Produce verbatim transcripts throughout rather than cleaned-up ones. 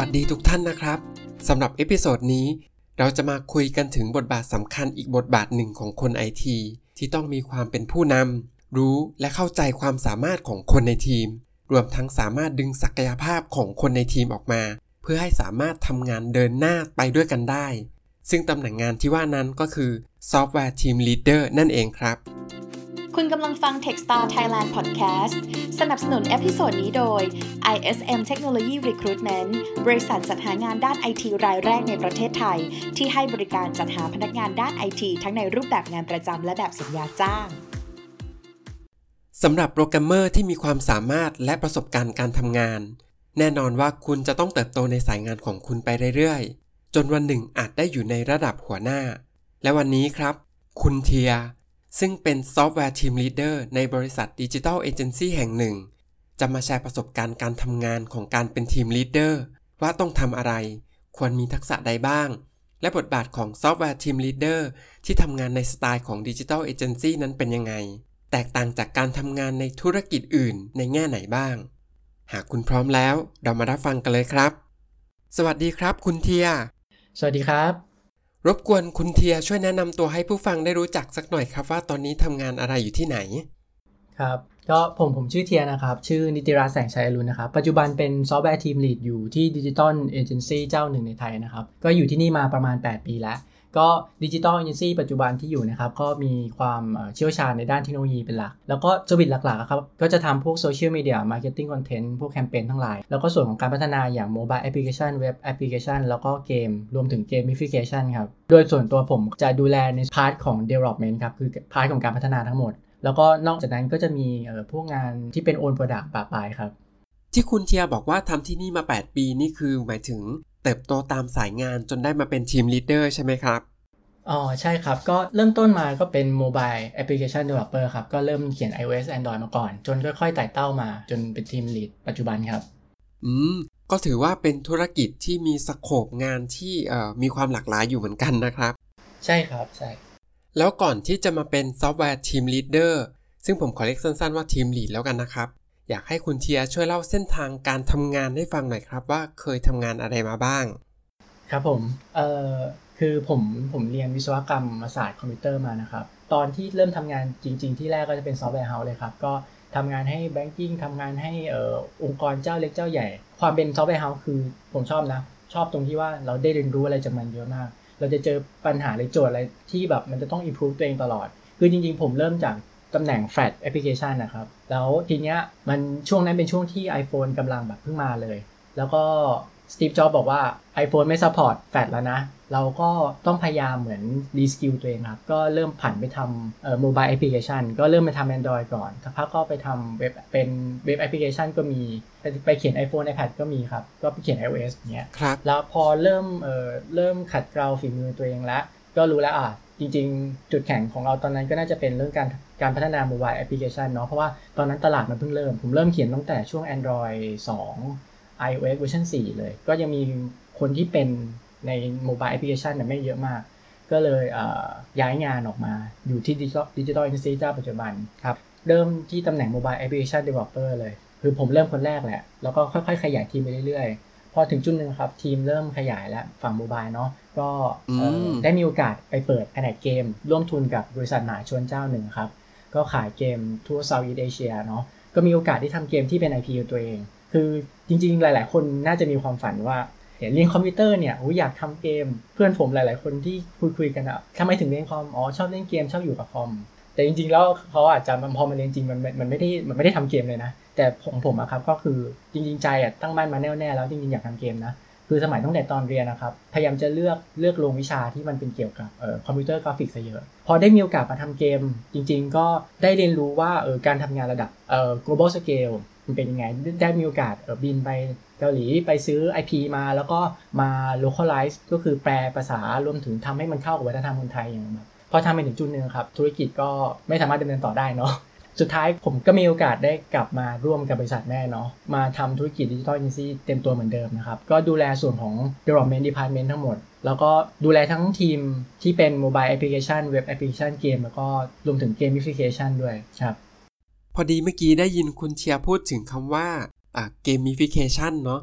สดีทุกท่านนะครับสำหรับเอพิโซดนี้เราจะมาคุยกันถึงบทบาทสำคัญอีกบทบาทหนึ่งของคน ไอ ที ที่ต้องมีความเป็นผู้นำรู้และเข้าใจความสามารถของคนในทีมรวมทั้งสามารถดึงศักยภาพของคนในทีมออกมาเพื่อให้สามารถทำงานเดินหน้าไปด้วยกันได้ซึ่งตำแหน่งงานที่ว่านั้นก็คือ Software Team Leader นั่นเองครับคุณกำลังฟัง Techstar Thailand Podcast สนับสนุนเอพิโซดนี้โดย ไอ เอส เอ็ม Technology Recruitment บริษัทจัดหางานด้าน ไอ ที รายแรกในประเทศไทยที่ให้บริการจัดหาพนักงานด้าน ไอ ที ทั้งในรูปแบบงานประจำและแบบสัญญาจ้างสำหรับโปรแกรมเมอร์ที่มีความสามารถและประสบการณ์การทำงานแน่นอนว่าคุณจะต้องเติบโตในสายงานของคุณไปเรื่อยๆจนวันหนึ่งอาจได้อยู่ในระดับหัวหน้าและวันนี้ครับคุณเทียซึ่งเป็น Software Team Leader ในบริษัท Digital Agency แห่งหนึ่งจะมาแชร์ประสบการณ์การทำงานของการเป็น Team Leader ว่าต้องทำอะไรควรมีทักษะใดบ้างและบทบาทของ Software Team Leader ที่ทำงานในสไตล์ของ Digital Agency นั้นเป็นยังไงแตกต่างจากการทำงานในธุรกิจอื่นในแง่ไหนบ้างหากคุณพร้อมแล้วเรามารับฟังกันเลยครับสวัสดีครับคุณเทียสวัสดีครับรบกวนคุณเทียช่วยแนะนำตัวให้ผู้ฟังได้รู้จักสักหน่อยครับว่าตอนนี้ทำงานอะไรอยู่ที่ไหนครับก็ผมผมชื่อเทียนะครับชื่อนิติรัตน์แสงชัยอรุณนะครับปัจจุบันเป็นซอฟต์แวร์ทีมลีดอยู่ที่ Digital Agency เจ้าหนึ่งในไทยนะครับก็อยู่ที่นี่มาประมาณแปดปีแล้วก็ Digital Agency ปัจจุบันที่อยู่นะครับก็มีความเชี่ยวชาญในด้านเทคโนโลยีเป็นหลักแล้วก็เซอร์วิสหลักๆครับก็จะทำพวกโซเชียลมีเดียมาร์เก็ตติ้งคอนเทนต์พวกแคมเปญทั้งหลายแล้วก็ส่วนของการพัฒนาอย่างโมบายแอปพลิเคชันเว็บแอปพลิเคชันแล้วก็เกมรวมถึงเกมมิฟิเคชันครับโดยส่วนตัวผมจะดูแลในพาร์ทของ development ครับคือพาร์ทของการพัฒนาทั้งหมดแล้วก็นอกจากนั้นก็จะมีเอ่อพวกงานที่เป็น own product ปะปายครับที่คุณเทียบอกว่าทำที่นี่มาแปดปีนี่คือหมายถึงเติบโตตามสายงานจนได้มาเป็น Team Leader ใช่ไหมครับอ๋อใช่ครับก็เริ่มต้นมาก็เป็น Mobile Application Developer ครับก็เริ่มเขียน iOS Android มาก่อนจนค่อยๆไต่เต้ามาจนเป็น Team Lead ปัจจุบันครับอืมก็ถือว่าเป็นธุรกิจที่มีสโคปงานที่เอ่อมีความหลากหลายอยู่เหมือนกันนะครับใช่ครับใช่แล้วก่อนที่จะมาเป็น Software Team Leader ซึ่งผมขอเรียกสั้นๆว่า Team Lead แล้วกันนะครับอยากให้คุณเทียช่วยเล่าเส้นทางการทำงานให้ฟังหน่อยครับว่าเคยทำงานอะไรมาบ้างครับผมเอ่อคือผมผมเรียนวิศวกรรมศาสตร์คอมพิวเตอร์มานะครับตอนที่เริ่มทำงานจริงๆที่แรกก็จะเป็นซอฟต์แวร์เฮาส์เลยครับก็ทำงานให้แบงกิ้งทำงานให้เอ่อองค์กรเจ้าเล็กเจ้าใหญ่ความเป็นซอฟต์แวร์เฮาส์คือผมชอบนะชอบตรงที่ว่าเราได้เรียนรู้อะไรจากมันเยอะมากเราจะเจอปัญหาหรือโจทย์อะไรที่แบบมันจะต้อง improve ตัวเองตลอดคือจริงๆผมเริ่มจากตำแหน่ง Flash Application นะครับแล้วทีเนี้ยมันช่วงนั้นเป็นช่วงที่ iPhone กำลังแบบเพิ่งมาเลยแล้วก็สตีฟ จ็อบส์บอกว่า iPhone ไม่ซัพพอร์ตแฟลชแล้วนะเราก็ต้องพยายามเหมือนรีสกิลตัวเองครับก็เริ่มผันไปทำเอ่อ Mobile Application ก็เริ่มไปทำ Android ก่อนสักพักก็ไปทำเว็บเป็นเว็บแอปพลิเคชันก็มีไปเขียน iPhone iPad ก็มีครับก็ไปเขียน iOS อย่างเงี้ยแล้วพอเริ่มเอ่อเริ่มขัดเกลาฝีมือตัวเองแล้วก็รู้แล้วอ่ะจริงๆจุดแข็งของเราตอนนั้นก็น่าจะเป็นเรื่องการการพัฒนา Mobile Application เนาะเพราะว่าตอนนั้นตลาดมันเพิ่งเริ่มผมเริ่มเขียนตั้งแต่ช่วง Android สองiOS เวอร์ชันสี่เลยก็ยังมีคนที่เป็นใน Mobile Application เนี่ยไม่เยอะมากก็เลยเอ่อย้ายงานออกมาอยู่ที่ Digital Digital Agency เจ้าปัจจุบันครับเริ่มที่ตำแหน่ง Mobile Application Developer เลยคือผมเริ่มคนแรกแหละแล้วก็ค่อยๆขยายทีมไปเรื่อยๆพอถึงจุดนึงครับทีมเริ่มขยายแล้วฝั่ง Mobile เนาะก็ได้มีโอกาสไปเปิดแผนกเกมร่วมทุนกับบริษัทมหาชนเจ้าหนึ่งครับก็ขายเกมทั่ว Southeast Asia เนาะก็มีโอกาสที่ทำเกมที่เป็น ไอ พี ของตัวเองคือจริงๆหลายๆคนน่าจะมีความฝันว่าเรียนคอมพิวเตอร์เนี่ยอยากทำเกมเพื่อนผมหลายๆคนที่คุยๆกันอะทำไมถึงเรียนคอมอ๋อชอบเล่นเกมชอบอยู่กับคอมแต่จริงๆแล้วเขาอาจจะพอมาเรียนจริงมันมันไม่ได้มันไม่ได้ทำเกมเลยนะแต่ของผมอะครับก็คือจริงๆใจอะตั้งมั่นมาแน่วแน่แล้วจริงๆอยากทำเกมนะคือสมัยตั้งแต่ตอนเรียนนะครับพยายามจะเลือกเลือกลงวิชาที่มันเป็นเกี่ยวกับเอ่อคอมพิวเตอร์กราฟิกซะเยอะพอได้มีโอกาสมาทำเกมจริงๆก็ได้เรียนรู้ว่าเออการทำงานระดับเอ่อ global scaleมันเป็นยังไงได้มีโอกาสเออบินไปเกาหลีไปซื้อ ไอ พี มาแล้วก็มา localize ก็คือแปลภาษารวมถึงทำให้มันเข้ากับวัฒนธรรมคนไทยอย่างแบบพอทำไปถึงจุดนึงครับธุรกิจก็ไม่สามารถดำเนินต่อได้เนาะสุดท้ายผมก็มีโอกาสได้กลับมาร่วมกับบริษัทแม่เนาะมาทำธุรกิจ Digital Agency เต็มตัวเหมือนเดิมนะครับก็ดูแลส่วนของ Development Department ทั้งหมดแล้วก็ดูแลทั้งทีมที่เป็น Mobile Application Web Application เกมแล้วก็รวมถึง Gamification ด้วยครับพอดีเมื่อกี้ได้ยินคุณเชียร์พูดถึงคำว่าอ่า Gamification เนาะ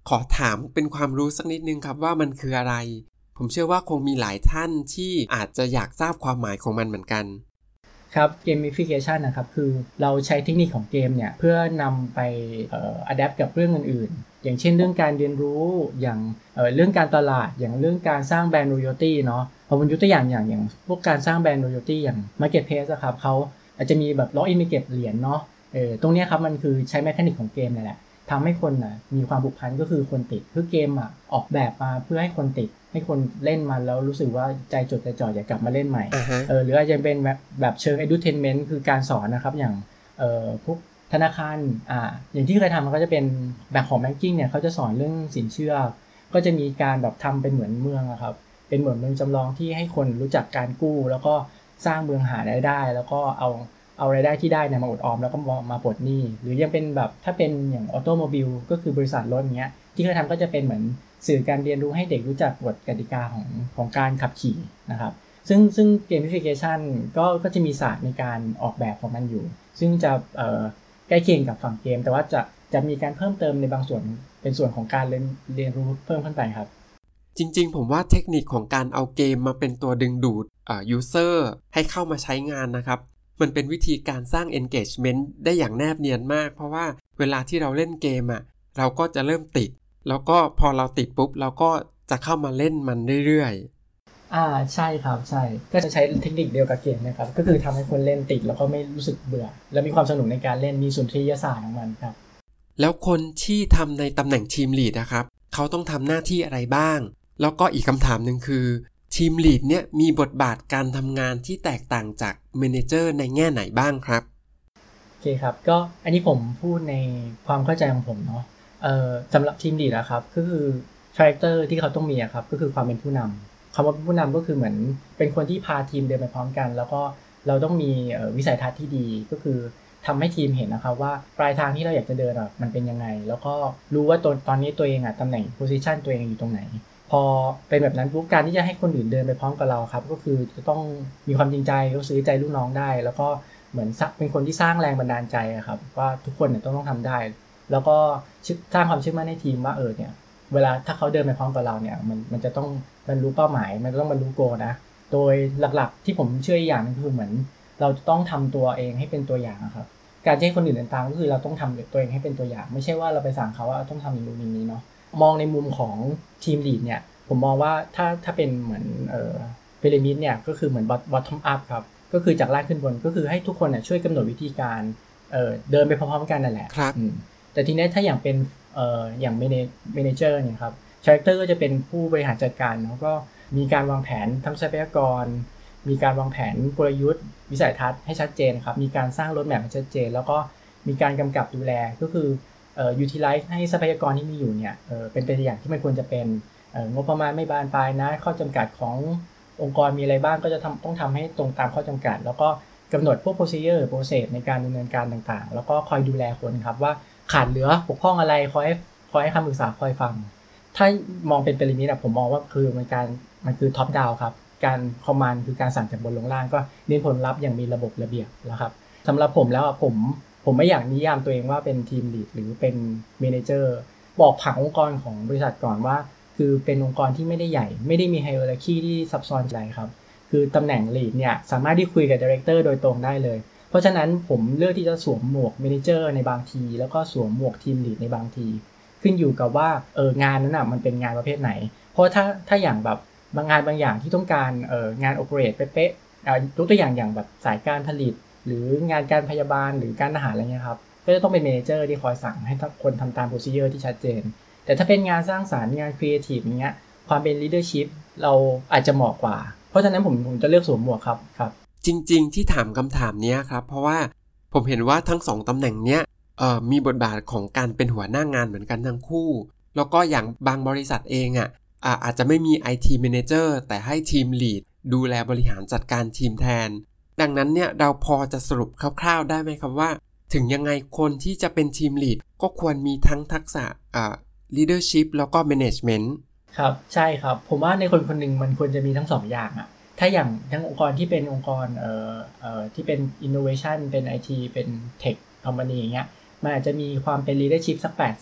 ขอถามเป็นความรู้สักนิดนึงครับว่ามันคืออะไรผมเชื่อว่าคงมีหลายท่านที่อาจจะอยากทราบความหมายของมันเหมือนกันครับ gamification นะครับคือเราใช้เทคนิคของเกมเนี่ยเพื่อนำไปเอ่อ adapt กับเรื่องอื่นๆอย่างเช่นเรื่องการเรียนรู้อย่างเอ่อเรื่องการตลาดอย่างเรื่องการสร้างแบรนด์ loyalty เนาะผมยกตัวอย่างอย่างอย่างพวกการสร้างแบรนด์ loyalty อย่าง marketplace นะครับเขาอาจจะมีแบบ login ไปเก็บเหรียญเนาะเออตรงนี้ครับมันคือใช้แมคานิกของเกมนี่แหละทำให้คนนะมีความผูกพันก็คือคนติดคือเกมอ่ะออกแบบมาเพื่อให้คนติดให้คนเล่นมันแล้วรู้สึกว่าใจจดใจจ่ออยากกลับมาเล่นใหม่ uh-huh. เออหรืออาจจะเป็นแบบแบบเชิง edutainment คือการสอนนะครับอย่างเอ่อพวกธนาคารอ่าอย่างที่เคยทำมันก็จะเป็นแบบของ banking เนี่ยเขาจะสอนเรื่องสินเชื่อก็จะมีการแบบทำเป็นเหมือนเมืองอะครับเป็นเหมือนเมืองจำลองที่ให้คนรู้จักการกู้แล้วก็สร้างเมืองหารายได้แล้วก็เอาเอารายได้ที่ได้เนี่ยมาอดออมแล้วก็มาปลดหนี้หรือยังเป็นแบบถ้าเป็นอย่างออโตโมบิลก็คือบริษัทรถอย่างเงี้ยที่เคยทำก็จะเป็นเหมือนสื่อการเรียนรู้ให้เด็กรู้จักกฎกติกาของของการขับขี่นะครับซึ่งซึ่ง gamification ก็ก็จะมีศาสตร์ในการออกแบบของมันอยู่ซึ่งจะเอ่อใกล้เคียงกับฝั่งเกมแต่ว่าจะจะมีการเพิ่มเติมในบางส่วนเป็นส่วนของการเรียนเรียนรู้เพิ่มขึ้นไปครับจริงๆผมว่าเทคนิคของการเอาเกมมาเป็นตัวดึงดูดอ่า user ให้เข้ามาใช้งานนะครับมันเป็นวิธีการสร้าง engagement ได้อย่างแนบเนียนมากเพราะว่าเวลาที่เราเล่นเกมอ่ะเราก็จะเริ่มติดแล้วก็พอเราติดปุ๊บเราก็จะเข้ามาเล่นมันเรื่อยๆอ่าใช่ครับใช่ก็จะใช้เทคนิคเดียวกับเกมนะครับก็คือทำให้คนเล่นติดแล้วก็ไม่รู้สึกเบื่อและมีความสนุกในการเล่นมีสุนทรียศาสตร์ของมันครับแล้วคนที่ทำในตำแหน่งทีมลีดนะครับเขาต้องทำหน้าที่อะไรบ้างแล้วก็อีกคำถามนึงคือทีมลีดเนี่ยมีบทบาทการทำงานที่แตกต่างจากเมเนเจอร์ในแง่ไหนบ้างครับโอเคครับก็อันนี้ผมพูดในความเข้าใจของผมเนาะเอ่อสำหรับทีมลีดนะครับก็คือคาแรคเตอร์ที่เขาต้องมีครับก็คือความเป็นผู้นำคำว่าเป็นผู้นำก็คือเหมือนเป็นคนที่พาทีมเดินไปพร้อมกันแล้วก็เราต้องมีวิสัยทัศน์ที่ดีก็คือทำให้ทีมเห็นนะครับว่าปลายทางที่เราอยากจะเดินอ่ะมันเป็นยังไงแล้วก็รู้ว่าตอนตอนนี้ตัวเองอ่ะตำแหน่ง position ตัวเองอยู่ตรงไหนพอเป็นแบบนั้นปุ๊บการที่จะให้คนอื่นเดินไปพร้อมกับเราครับก็คือจะต้องมีความจริงใจก็ซื้อใจลูกน้องได้แล้วก็เหมือนเป็นคนที่สร้างแรงบันดาลใจครับว่าทุกคนเนี่ยต้องต้องทำได้แล้วก็สร้างความเชื่อมั่นในทีมว่าเออเนี่ยเวลาถ้าเขาเดินไปพร้อมกับเราเนี่ยมันมันจะต้องบรรลุเป้าหมายมันต้องบรรลุโกนะโดยหลักๆที่ผมเชื่ออีกอย่างนึงคือเหมือนเราจะต้องทำตัวเองให้เป็นตัวอย่างครับการให้คนอื่นเดินตามก็คือเราต้องทำตัวเองให้เป็นตัวอย่างไม่ใช่ว่าเราไปสั่งเขาว่าต้องทำอย่างนู้นอย่างนี้เนาะมองในมุมของทีมลีดเนี่ยผมมองว่าถ้าถ้าเป็นเหมือนเอ่อพีระมิดเนี่ยก็คือเหมือน bottom up ครับก็คือจากล่างขึ้นบนก็คือให้ทุกคนเนี่ยช่วยกำหนดวิธีการเอ่อเดินไปพร้อมๆกันนั่นแหละครับแต่ทีนี้ถ้าอย่างเป็นเอ่ออย่างเมเนเจอร์เนี่ยครับคาแรคเตอร์ก็จะเป็นผู้บริหารจัดการแล้วก็มีการวางแผนทั้งทรัพยากรมีการวางแผนกลยุทธ์วิสัยทัศน์ให้ชัดเจนครับมีการสร้างโรดแมพให้ชัดเจนแล้วก็มีการกำกับดูแลก็คือเอ่อ utilize ให้ทรัพยากรที่มีอยู่เนี่ยเอ่อเป็นไปอย่างที่มันควรจะเป็นงบประมาณไม่บานปลายนะข้อจำกัดขององค์กรมีอะไรบ้างก็จะทำต้องทำให้ตรงตามข้อจำกัดแล้วก็กำหนดพวก procedure process ในการดำเนินการต่างๆแล้วก็คอยดูแลคนครับว่าขาดเหลือบกพร่องอะไรคอยให้คอยให้คำปรึกษาคอยฟังถ้ามองเป็นพีระมิดผมมองว่าคือมันการมันคือ top down ครับการคอมมานด์คือการสั่งจากบนลงล่างก็เน้นผลลัพธ์อย่างมีระบบระเบียบแล้วครับสำหรับผมแล้วผมผมไม่อยากนิยามตัวเองว่าเป็นทีมลีดหรือเป็นเมเนเจอร์บอกผังองค์กรของบริษัทก่อนว่าคือเป็นองค์กรที่ไม่ได้ใหญ่ไม่ได้มีไฮเออร์คีที่ซับซ้อนอะไรครับคือตำแหน่งลีดเนี่ยสามารถที่คุยกับดีเรคเตอร์โดยตรงได้เลยเพราะฉะนั้นผมเลือกที่จะสวมหมวกเมเนเจอร์ในบางทีแล้วก็สวมหมวกทีมลีดในบางทีขึ้นอยู่กับว่าเอองานนั้นน่ะมันเป็นงานประเภทไหนเพราะถ้าถ้าอย่างแบบบางงานบางอย่างที่ต้องการเอองานโอเปเรตเป๊ะๆยกตัวอย่างอย่างแบบสายการผลิตหรืองานการพยาบาลหรือการอาหารอะไรเงี้ยครับก็จะต้องเป็นเมเนเจอร์ที่คอยสั่งให้คนทำตามโปรซีเจอร์ที่ชัดเจนแต่ถ้าเป็นงานสร้างสรรค์งานครีเอทีฟอย่างเงี้ยความเป็นลีดเดอร์ชิพเราอาจจะเหมาะกว่าเพราะฉะนั้นผมผมจะเลือกสวมหมวกครับครับจริงๆที่ถามคำถามนี้ครับเพราะว่าผมเห็นว่าทั้งสองตำแหน่งเนี้ยเอ่อมีบทบาทของการเป็นหัวหน้างานเหมือนกันทั้งคู่แล้วก็อย่างบางบริษัทเองอ่ะอ่าอาจจะไม่มี ไอ ที Manager แต่ให้ทีมลีดดูแลบริหารจัดการทีมแทนดังนั้นเนี่ยเราพอจะสรุปคร่าวๆได้ไหมครับว่าถึงยังไงคนที่จะเป็นทีมลีดก็ควรมีทั้งทักษะอ่า leadership แล้วก็ management ครับใช่ครับผมว่าในคนคนหนึ่งมันควรจะมีทั้งสองอย่างอ่ะถ้าอย่างทั้งองค์กรที่เป็นองค์กรเอ่อเอ่อที่เป็น innovation เป็น ไอ ที เป็น tech company อย่างเงี้ยมันอาจจะมีความเป็น leadership สักแปดสิบ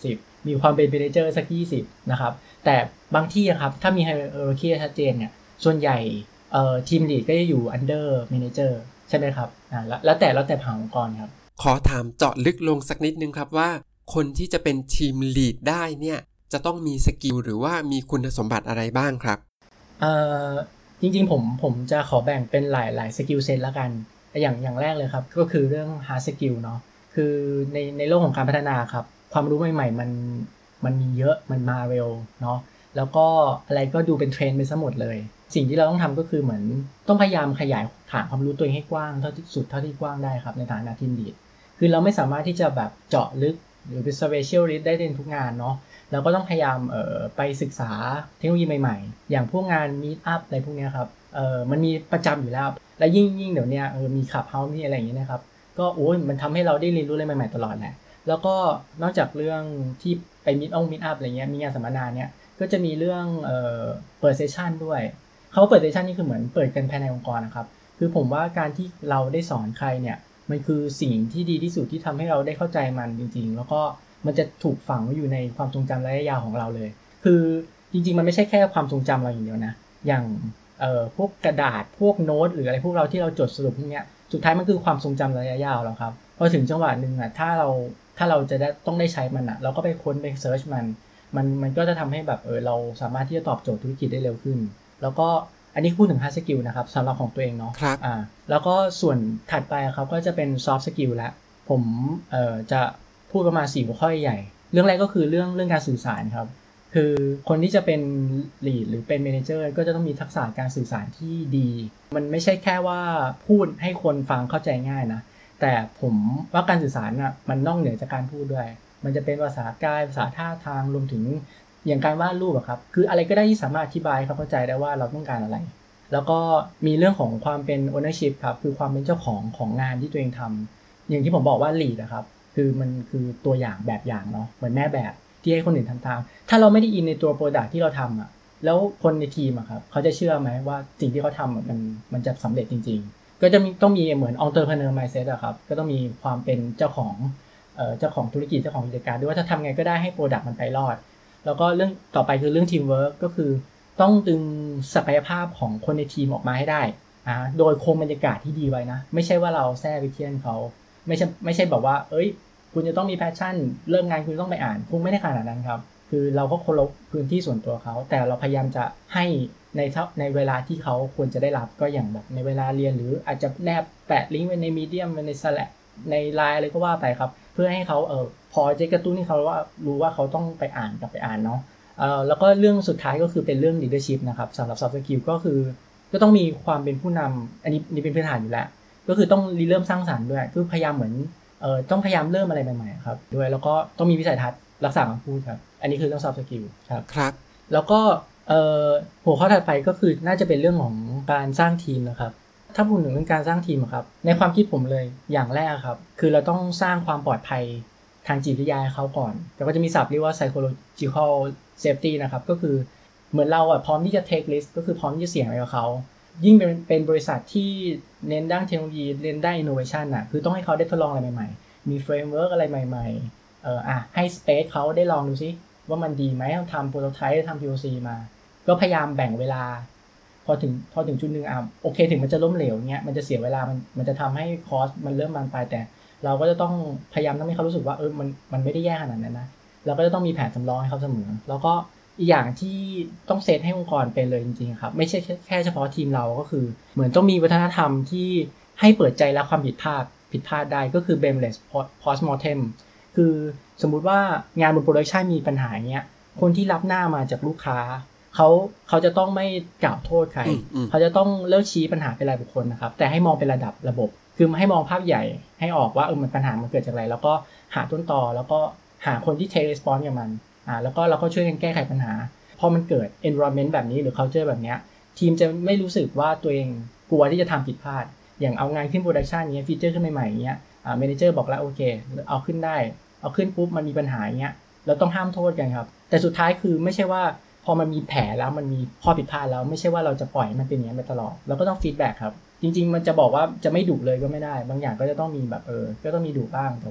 มีความเป็น manager สักยี่สิบนะครับแต่บางที่ครับถ้ามี hierarchy ชัดเจนเนี่ยส่วนใหญ่เอ่อทีม lead ก็จะอยู่ under manager ใช่ไหมครับอ่าแล้วแต่แล้วแต่ผังองค์กรครับขอถามเจาะลึกลงสักนิดนึงครับว่าคนที่จะเป็นทีม lead ได้เนี่ยจะต้องมีสกิลหรือว่ามีคุณสมบัติอะไรบ้างครับเอ่อจริงๆผมผมจะขอแบ่งเป็นหลายๆสกิลเซ็ตละกันอย่างอย่างแรกเลยครับก็คือเรื่อง hard skill เนาะคือในในโลกของการพัฒนาครับความรู้ใหม่ๆมันมันมีเยอะมันมาเร็วเนาะแล้วก็อะไรก็ดูเป็นเทรนด์ไปซะหมดเลยสิ่งที่เราต้องทำก็คือเหมือนต้องพยายามขยายฐานความรู้ตัวเองให้กว้างเท่าที่สุดเท่าที่กว้างได้ครับในฐานะทีมลีดคือเราไม่สามารถที่จะแบบเจาะลึกหรือเป็น specialist ได้ในทุกงานเนาะเราก็ต้องพยายามเอ่อไปศึกษาเทคโนโลยีใหม่ๆอย่างพวกงาน meet up อะไรพวกนี้ครับเอ่อมันมีประจำอยู่แล้วและยิ่งยิ่งเดี๋ยวนี้เออมี Clubhouse มีอะไรอย่างเงี้ยนะครับก็โอ้ยมันทำให้เราได้เรียนรู้อะไรใหม่ๆตลอดแหละแล้วก็นอกจากเรื่องที่ไป meet on meet up อะไรเงี้ยมีงานสัมมนาเนี่ยก็จะมีเรื่องเอ่อเปิดเซสชั่นด้วยเขาเปิดเซสชั่นนี่คือเหมือนเปิดกันภายในองค์กรนะครับคือผมว่าการที่เราได้สอนใครเนี่ยมันคือสิ่งที่ดีที่สุดที่ทำให้เราได้เข้าใจมันจริงๆแล้วก็มันจะถูกฝังไว้อยู่ในความทรงจำระยะยาวของเราเลยคือจริงๆมันไม่ใช่แค่ความทรงจำเราอย่างเดียวนะอย่างเอ่อพวกกระดาษพวกโน้ตหรืออะไรพวกเราที่เราจดสรุปพวกเนี้ยสุดท้ายมันคือความทรงจำระยะยาวแล้วครับพอถึงจังหวะนึงอ่ะถ้าเราถ้าเราจะได้ต้องได้ใช้มันอ่ะเราก็ไปค้นไปเซิร์ชมันมันมันก็จะทำให้แบบเออเราสามารถที่จะตอบโจทย์ธุรกิจได้เร็วขึ้นแล้วก็อันนี้พูดถึง hard skill นะครับสำหรับของตัวเองเนาะครับอ่าแล้วก็ส่วนถัดไปครับก็จะเป็น soft skill แล้วผมเอ่อจะพูดประมาณสี่หัวข้อใหญ่เรื่องแรกก็คือเรื่องเรื่องการสื่อสารครับคือคนที่จะเป็น lead หรือเป็น manager ก็จะต้องมีทักษะการสื่อสารที่ดีมันไม่ใช่แค่ว่าพูดให้คนฟังเข้าใจง่ายนะแต่ผมว่าการสื่อสารน่ะมันนอกเหนือจากการพูดด้วยมันจะเป็นภาษากายภาษาท่าทางรวมถึงอย่างการวาดรูปอะครับคืออะไรก็ได้ที่สามารถอธิบายให้เขาเข้าใจได้ว่าเราต้องการอะไรแล้วก็มีเรื่องของความเป็น ownership ครับคือความเป็นเจ้าของของงานที่ตัวเองทำอย่างที่ผมบอกว่า lead นะครับคือมันคือตัวอย่างแบบอย่างเนาะเหมือนแม่แบบที่ให้คนอื่นทำตามถ้าเราไม่ได้อินในตัว product ที่เราทำอะแล้วคนในทีมอะครับเขาจะเชื่อไหมว่าสิ่งที่เขาทำมันมันจะสำเร็จจริงๆก็จะมีต้องมีเหมือน entrepreneur mindset อะครับก็ต้องมีความเป็นเจ้าของเอ่อเจ้าของธุรกิจเจ้าของกิจการด้วยว่าถ้าทำไงก็ได้ให้ product มันไปรอดแล้วก็เรื่องต่อไปคือเรื่อง teamwork ก็คือต้องดึงศักยภาพของคนในทีมออกมาให้ได้อ่าโดยคงบรรยากาศที่ดีไว้นะไม่ใช่ว่าเราแทรกไปเคี่ยนเขาไม่ใช่ไม่ใช่แบบว่าเอ้ยคุณจะต้องมีแพชชั่นเรื่องงานคุณต้องไปอ่านคงไม่ได้ขนาดนั้นครับคือเราก็เคารพพื้นที่ส่วนตัวเขาแต่เราพยายามจะให้ในในเวลาที่เขาควรจะได้รับก็อย่างแบบในเวลาเรียนหรืออาจจะแนบแปะลิงก์ไว้ในมีเดียมใน Slack ใน ไลน์ อะไรก็ว่าไปครับเพื่อให้เขาเออพอจะกระตุ้นให้เขาว่ารู้ว่าเขาต้องไปอ่านกลับไปอ่านเนาะเอ่อแล้วก็เรื่องสุดท้ายก็คือเป็นเรื่อง leadership นะครับสำหรับ soft skill ก็คือก็ต้องมีความเป็นผู้นำอันนี้นี่เป็นพื้นฐานอยู่แล้วก็คือต้องริเริ่มสร้างสรรค์ด้วยคือพยายามเหมือนเอ่อต้องพยายามเริ่มอะไรใหม่ๆครับด้วยแล้วก็ต้องมีวิสัยทัศน์รักษาคำพูดครับอันนี้คือเรื่อง soft skill ครับครับแล้วก็เอ่อหัวข้อถัดไปก็คือน่าจะเป็นเรื่องของการสร้างทีมนะครับถ้าพูดถึงเรื่องการสร้างทีมครับในความคิดผมเลยอย่างแรกครับคือเราต้องสร้างความปลอดภัยทางจิตวิทยาให้เขาก่อนแล้วก็จะมีศัพท์เรียกว่า psychological safety นะครับก็คือเหมือนเราอ่ะพร้อมที่จะ take risk ก็คือพร้อมที่จะเสี่ยงอะไรกับเขายิ่งเป็นเป็นบริษัทที่เน้นด้านเทคโนโลยีเน้นด้าน innovation อ่ะคือต้องให้เขาได้ทดลองอะไรใหม่ๆมี framework อะไรใหม่ๆเอ่ออ่ะให้ space เขาได้ลองดูซิว่ามันดีไหมต้องทำ prototype ทำ พี โอ ซี มาก็พยายามแบ่งเวลาพอถึงพอถึงจุดนึงอ่ะโอเคถึงมันจะล้มเหลวเงี้ยมันจะเสียเวลามันมันจะทำให้คอสมันเริ่มบานปลายแต่เราก็จะต้องพยายามทำให้เขารู้สึกว่าเออมันมันไม่ได้แย่ขนาดนั้นนะเราก็จะต้องมีแผนสำรองให้เขาเสมอแล้วก็อีกอย่างที่ต้องเซตให้องค์กรเป็นเลยจริงๆครับไม่ใช่แค่เฉพาะทีมเราก็คือเหมือนต้องมีวัฒนธรรมที่ให้เปิดใจรับความผิดพลาดผิดพลาดได้ก็คือ blameless postmortem คือสมมุติว่างานบนโปรดักชันมีปัญหาเงี้ยคนที่รับหน้ามาจากลูกค้าเขาเขาจะต้องไม่กล่าวโทษใครเขาจะต้องเลิกชี้ปัญหาเป็นรายบุคคลนะครับแต่ให้มองเป็นระดับระบบคือให้มองภาพใหญ่ให้ออกว่าเออมันปัญหามันเกิดจากอะไรแล้วก็หาต้นตอแล้วก็หาคนที่ take response กับมันอ่าแล้วก็เราก็ช่วยกันแก้ไขปัญหาพอมันเกิด environment แบบนี้หรือ culture แบบเนี้ยทีมจะไม่รู้สึกว่าตัวเองกลัวที่จะทำผิดพลาดอย่างเอางานขึ้นโปรดักชันเงี้ยฟีเจอร์ขึ้นใหม่ๆเงี้ยอ่า manager บอกแล้วโอเคเอาขึ้นได้เอาขึ้นปุ๊บมันมีปัญหาเงี้ยเราต้องห้ามโทษกันครับแต่สุดท้ายคือไม่ใช่ว่าพอมันมีแผลแล้วมันมีข้อผิดพลาดแล้วไม่ใช่ว่าเราจะปล่อยมันเป็นอย่างนี้ไปตลอดเราก็ต้องฟีดแบ็กครับจริงๆมันจะบอกว่าจะไม่ดุเลยก็ไม่ได้บางอย่างก็จะต้องมีแบบเออก็ต้องมีดุบ้างแต่ว่า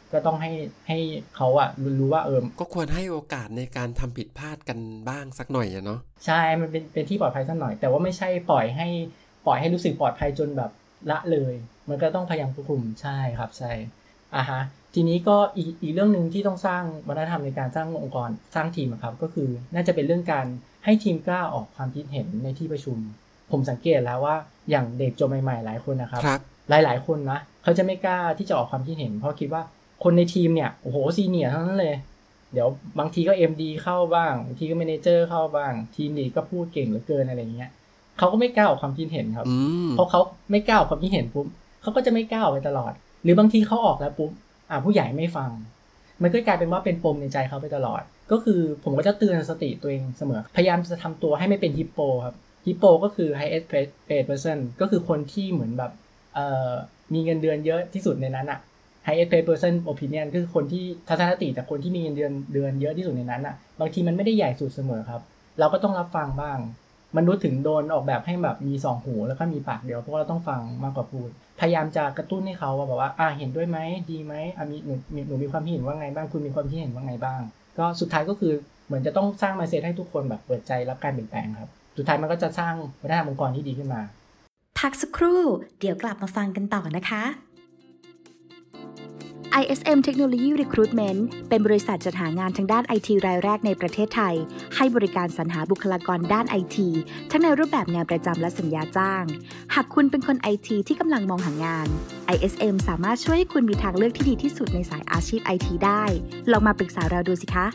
ก็ต้องให้ให้เขาอะรู้ว่าเออก็ควรให้โอกาสในการทำผิดพลาดกันบ้างสักหน่อยอะเนาะใช่มันเป็นเป็นที่ปลอดภัยสักหน่อยแต่ว่าไม่ใช่ปล่อยให้ปล่อยให้รู้สึกปลอดภัยจนแบบละเลยมันก็ต้องพยายามควบคุมใช่ครับใช่อ่ะฮะทีนี้ก็อีกอีกเรื่องนึงที่ต้องสร้างวัฒนธรรมในการสร้างองค์กรสร้างทีมครับก็คือน่าจะเป็นเรื่องการให้ทีมกล้าออกความคิดเห็นในที่ประชุมผมสังเกตแล้วว่าอย่างเด็กจบใหม่ๆหลายคนนะครับหลายๆคนนะเขาจะไม่กล้าที่จะออกความคิดเห็นเพราะคิดว่าคนในทีมเนี่ยโอ้โหซีเนียร์ทั้งนั้นเลยเดี๋ยวบางทีก็ เอ็ม ดี เข้าบ้างบางทีก็ Manager เข้าบ้างทีมนี้ก็พูดเก่งเหลือเกินอะไรเงี้ยเขาก็ไม่กล้าออกความคิดเห็นครับเพราะเขาไม่กล้าออกความคิดเห็นปุ๊บเขาก็จะไม่กล้าออกไปตลอดหรือบางทีเขาออกแล้วปุ๊บอ่าผู้ใหญ่ไม่ฟังมันก็กลายเป็นว่าเป็นปมในใจเขาไปตลอดก็คือผมก็จะเตือนสติตัวเองเสมอพยายามจะทำตัวให้ไม่เป็นฮิปโปครับฮิปโปก็คือ highest paid person ก็คือคนที่เหมือนแบบเอ่อมีเงินเดือนเยอะที่สุดในนั้นอะ highest paid person opinion ก็คือคนที่ทัศนคติจากคนที่มีเงินเดือนเดือนเยอะที่สุดในนั้นอะบางทีมันไม่ได้ใหญ่สุดเสมอครับเราก็ต้องรับฟังบ้างมนุษย์ถึงโดนออกแบบให้แบบมีสองหูแล้วก็มีปากเดียวเพราะว่าเราต้องฟังมากกว่าพูดพยายามจะกระตุ้นให้เขาแบบว่าอ่าเห็นด้วยไหมดีไหมอ่ะมีหนูหนูมีความคิดเห็นว่าไงบ้างคุณมีความคิดเห็นว่าไงบ้างก็สุดท้ายก็คือเหมือนจะต้องสร้าง mindset ให้ทุกคนแบบเปิดใจรับการเปลี่ยนแปลงครับสุดท้ายมันก็จะสร้างวัฒนธรรมองค์กรที่ดีขึ้นมาพักสักครู่เดี๋ยวกลับมาฟังกันต่อนะคะ ไอ เอส เอ็ม Technology Recruitment เป็นบริษัทจัดหางานทางด้าน ไอ ที รายแรกในประเทศไทยให้บริการสรรหาบุคลากรด้าน ไอ ที ทั้งในรูปแบบงานประจำและสัญญาจ้างหากคุณเป็นคน ไอ ที ที่กำลังมองหางาน ไอ เอส เอ็ม สามารถช่วยให้คุณมีทางเลือกที่ดีที่สุดในสายอาชีพ ไอ ที ได้ลองมาปรึกษาเราดูสิคะ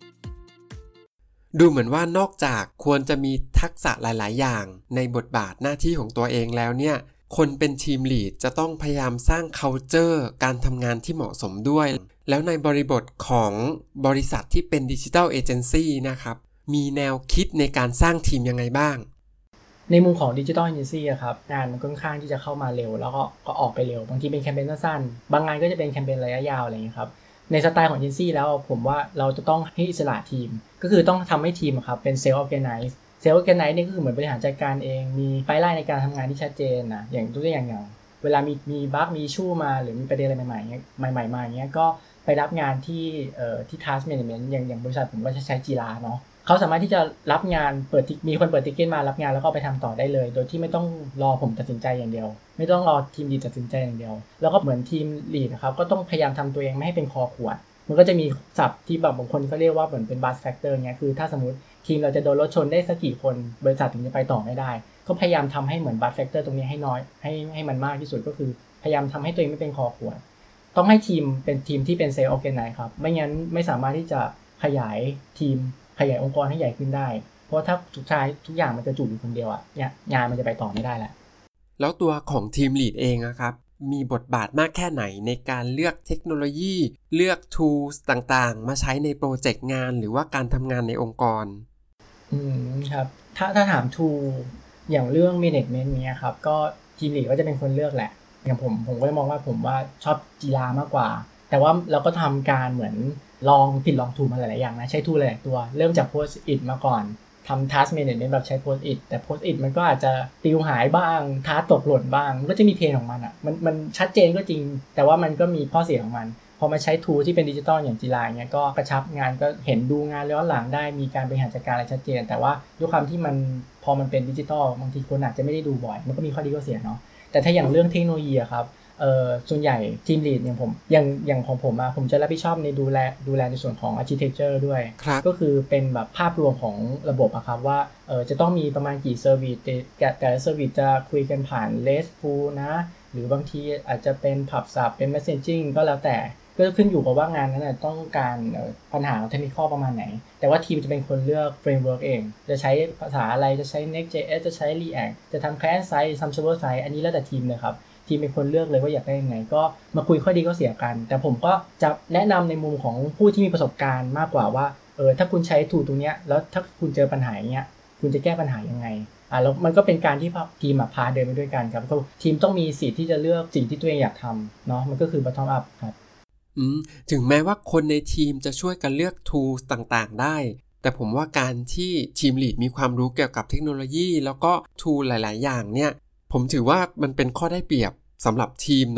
ดูเหมือนว่านอกจากควรจะมีทักษะหลายๆอย่างในบทบาทหน้าที่ของตัวเองแล้วเนี่ยคนเป็นทีมลีดจะต้องพยายามสร้าง culture การทำงานที่เหมาะสมด้วยแล้วในบริบทของบริษัทที่เป็นดิจิทัลเอเจนซี่นะครับมีแนวคิดในการสร้างทีมยังไงบ้างในมุมของดิจิทัลเอเจนซี่ครับงานมันค่อนข้างที่จะเข้ามาเร็วแล้วก็ก็ออกไปเร็วบางทีเป็นแคมเปญสั้นๆบางงานก็จะเป็นแคมเปญระยะยาวอะไรอย่างนี้ครับในสไตล์ของเอเจนซี่แล้วผมว่าเราจะต้องให้อิสระทีมก็คือต้องทำให้ทีมครับเป็นเซลฟ์ออร์แกไนซ์เซลล์ออร์แกไนซ์นี่ก็คือเหมือนบริหารจัดการเองมีไกด์ไลน์ในการทำงานที่ชัดเจนนะอย่างตัวอย่างอย่างเวลามีมีบั๊กมีชู่มาหรือมีประเด็นอะไรใหม่ๆเงี้ยใหม่ๆมาอย่างเงี้ยก็ไปรับงานที่เอ่อที่ task management อย่างอย่างบริษัทผมก็จะใช้จีราเนาะเขาสามารถที่จะรับงานเปิดมีคนเปิดติ๊กเก็ตมารับงานแล้วก็ไปทำต่อได้เลยโดยที่ไม่ต้องรอผมตัดสินใจอย่างเดียวไม่ต้องรอทีมลีดตัดสินใจอย่างเดียวแล้วก็เหมือนทีมลีดนะครับก็ต้องพยายามทำตัวเองไม่ให้เป็นคอขวดมันก็จะมีศัพท์ที่แบบบางคนเขาเรียกว่าเหมือนเป็น bus factor เงี้ยคือถ้าสมมติทีมเราจะโดนรถชนได้สักกี่คนบริษัทถึงจะไปต่อไม่ได้ก็พยายามทำให้เหมือน bus factor ตรงนี้ให้น้อยให้ให้มันมากที่สุดก็คือพยายามทำให้ตัวเองไม่เป็นคอขวดต้องให้ทีมเป็นทีมที่เป็น self organize ครับไม่งั้นไม่สามารถที่จะขยายทีมขยายองค์กรให้ใหญ่ขึ้นได้เพราะถ้าสุดท้ายทุกอย่างมันจะจุอยู่คนเดียวอ่ะเนี่ยงานมันจะไปต่อไม่ได้แล้วแล้วตัวของทีมลีดเองนะครับมีบทบาทมากแค่ไหนในการเลือกเทคโนโลยีเลือก tools ต่างๆมาใช้ในโปรเจกต์งานหรือว่าการทำงานในองค์กรอืมครับถ้าถ้าถาม tool อย่างเรื่อง management เนี้ยครับก็ทีมลีดก็จะเป็นคนเลือกแหละอย่างผมผมก็จะมองว่าผมว่าชอบจีรามากกว่าแต่ว่าเราก็ทำการเหมือนลองผิดลองถูกมาหลายๆอย่างนะใช้ tool หลายตัวเริ่มจาก Post-it มาก่อนทำ task management แบบใช้ Post-it แต่ Post-it มันก็อาจจะติวหายบ้าง task ตกหล่นบ้างมันก็จะมีเพนของมันอ่ะมันมันชัดเจนก็จริงแต่ว่ามันก็มีข้อเสียของมันพอมาใช้ tool ที่เป็นดิจิตอลอย่างจีราเงี้ยก็กระชับงานก็เห็นดูงานย้อนหลังได้มีการบริหารจัดการอะไรชัดเจนแต่ว่าด้วยความที่มันพอมันเป็นดิจิตอลบางทีคนอาจจะไม่ได้ดูบ่อยมันก็มีข้อดีข้อเสียเนาะแต่ถ้าอย่างเรื่องเทคโนโลยีอะครับเอ่อส่วนใหญ่ทีมลีดอย่างผมอย่างอย่างของผมอะผมจะรับผิดชอบในดูแลดูแลในส่วนของ architecture ด้วยก็คือเป็นแบบภาพรวมของระบบอะครับว่าเออจะต้องมีประมาณกี่เซอร์วิสแต่แต่ละเซอร์วิสจะคุยกันผ่าน RESTful นะหรือบางทีอาจจะเป็น พับ ซับ เป็น messaging ก็แล้วแต่ก็ขึ้นอยู่กับว่างานนั้นนะต้องการปัญหาเทคนิคประมาณไหนแต่ว่าทีมจะเป็นคนเลือก framework เองจะใช้ภาษาอะไรจะใช้ Next.js จะใช้ React จะทำ client side ทำ server side อันนี้แล้วแต่ทีมเลยครับทีมเป็นคนเลือกเลยว่าอยากได้ยังไงก็มาคุยข้อดีข้อเสียกันแต่ผมก็จะแนะนำในมุมของผู้ที่มีประสบการณ์มากกว่าว่าเออถ้าคุณใช้ถูกตรงเนี้ยแล้วถ้าคุณเจอปัญหาอย่างเงี้ยคุณจะแก้ปัญหายังไงอ่าแล้วมันก็เป็นการที่ทีมพาเดินไปด้วยกันครับทีมต้องมีสิทธิ์ที่จะเลือกสิ่งที่ตัวเองอยากทำเนาะมันก็คือ bottom up ครับอืมถึงแม้ว่าคนในทีมจะช่วยกันเลือก tools ต่างๆได้แต่ผมว่าการที่ทีมลีดมีความรู้เกี่ยวกับเทคโนโลยีแล้วก็ tool หลายๆอย่างเนี่ยผมถือว่ามันเป็นข้อได้เปรียบสำหรับทีมเนาะ